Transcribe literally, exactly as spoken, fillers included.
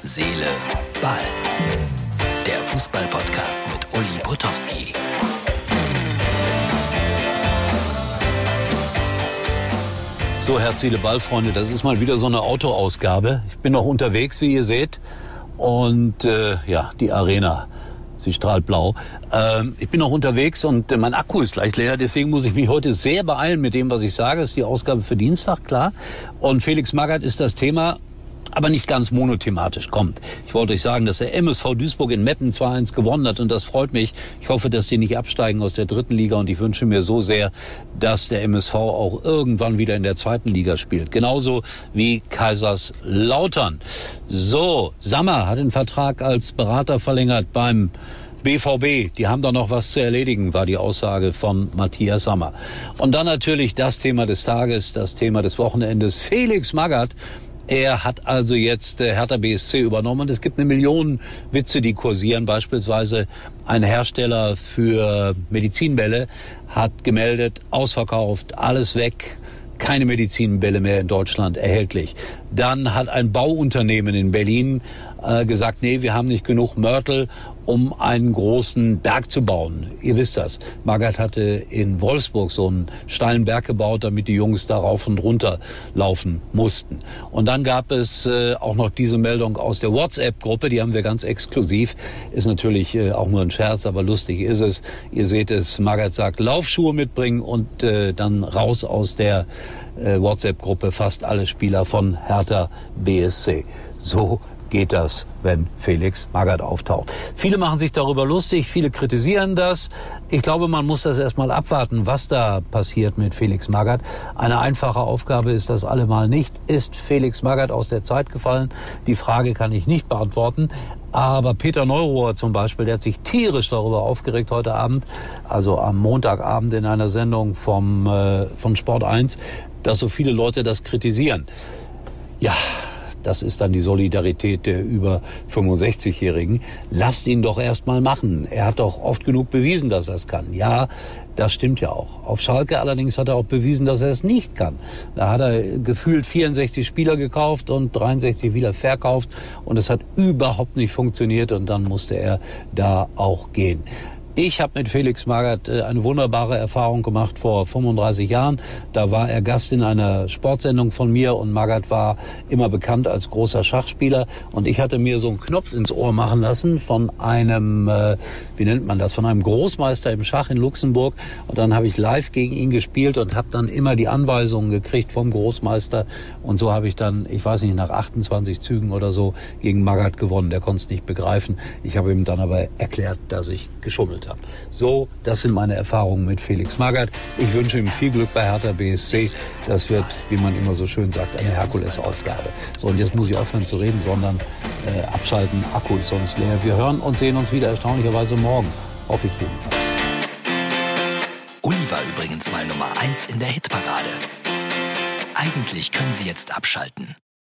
Seele, Ball. Der Fußball-Podcast mit Uli Potowski. So, Herz, Seele, Ball, Freunde, das ist mal wieder so eine Autoausgabe. Ich bin noch unterwegs, wie ihr seht. Und äh, ja, die Arena, sie strahlt blau. Ähm, ich bin noch unterwegs und äh, mein Akku ist gleich leer. Deswegen muss ich mich heute sehr beeilen mit dem, was ich sage. Das ist die Ausgabe für Dienstag, klar. Und Felix Magath ist das Thema, aber nicht ganz monothematisch. Kommt. Ich wollte euch sagen, dass der M S V Duisburg in Meppen zwei eins gewonnen hat und das freut mich. Ich hoffe, dass die nicht absteigen aus der dritten Liga und ich wünsche mir so sehr, dass der M S V auch irgendwann wieder in der zweiten Liga spielt. Genauso wie Kaiserslautern. So, Sammer hat den Vertrag als Berater verlängert beim B V B, die haben da noch was zu erledigen, war die Aussage von Matthias Sammer. Und dann natürlich das Thema des Tages, das Thema des Wochenendes, Felix Magath. Er hat also jetzt äh, Hertha B S C übernommen und es gibt eine Million Witze, die kursieren. Beispielsweise ein Hersteller für Medizinbälle hat gemeldet, ausverkauft, alles weg, keine Medizinbälle mehr in Deutschland erhältlich. Dann hat ein Bauunternehmen in Berlin äh, gesagt, nee, wir haben nicht genug Mörtel, um einen großen Berg zu bauen. Ihr wisst das. Magath hatte in Wolfsburg so einen steilen Berg gebaut, damit die Jungs da rauf und runter laufen mussten. Und dann gab es äh, auch noch diese Meldung aus der WhatsApp-Gruppe, die haben wir ganz exklusiv. Ist natürlich äh, auch nur ein Scherz, aber lustig ist es. Ihr seht es, Magath sagt, Laufschuhe mitbringen und äh, dann raus aus der äh, WhatsApp-Gruppe fast alle Spieler von Hertha B S C. So geht das, wenn Felix Magath auftaucht. Viele machen sich darüber lustig, viele kritisieren das. Ich glaube, man muss das erstmal abwarten, was da passiert mit Felix Magath. Eine einfache Aufgabe ist das allemal nicht. Ist Felix Magath aus der Zeit gefallen? Die Frage kann ich nicht beantworten. Aber Peter Neururer zum Beispiel, der hat sich tierisch darüber aufgeregt heute Abend, also am Montagabend in einer Sendung vom, äh, von Sport eins, dass so viele Leute das kritisieren. Ja, das ist dann die Solidarität der über fünfundsechzigjährigen. Lasst ihn doch erst mal machen. Er hat doch oft genug bewiesen, dass er es kann. Ja, das stimmt ja auch. Auf Schalke allerdings hat er auch bewiesen, dass er es nicht kann. Da hat er gefühlt vierundsechzig Spieler gekauft und dreiundsechzig wieder verkauft. Und es hat überhaupt nicht funktioniert und dann musste er da auch gehen. Ich habe mit Felix Magath eine wunderbare Erfahrung gemacht vor fünfunddreißig Jahren. Da war er Gast in einer Sportsendung von mir und Magath war immer bekannt als großer Schachspieler. Und ich hatte mir so einen Knopf ins Ohr machen lassen von einem, äh, wie nennt man das, von einem Großmeister im Schach in Luxemburg. Und dann habe ich live gegen ihn gespielt und habe dann immer die Anweisungen gekriegt vom Großmeister. Und so habe ich dann, ich weiß nicht, nach achtundzwanzig Zügen oder so gegen Magath gewonnen. Der konnte es nicht begreifen. Ich habe ihm dann aber erklärt, dass ich geschummelt habe. So, das sind meine Erfahrungen mit Felix Magath. Ich wünsche ihm viel Glück bei Hertha B S C. Das wird, wie man immer so schön sagt, eine Herkulesaufgabe. So, und jetzt muss ich aufhören zu reden, sondern äh, abschalten. Akku ist sonst leer. Wir hören und sehen uns wieder erstaunlicherweise morgen. Hoffe ich jedenfalls. Uli war übrigens mal Nummer eins in der Hitparade. Eigentlich können Sie jetzt abschalten.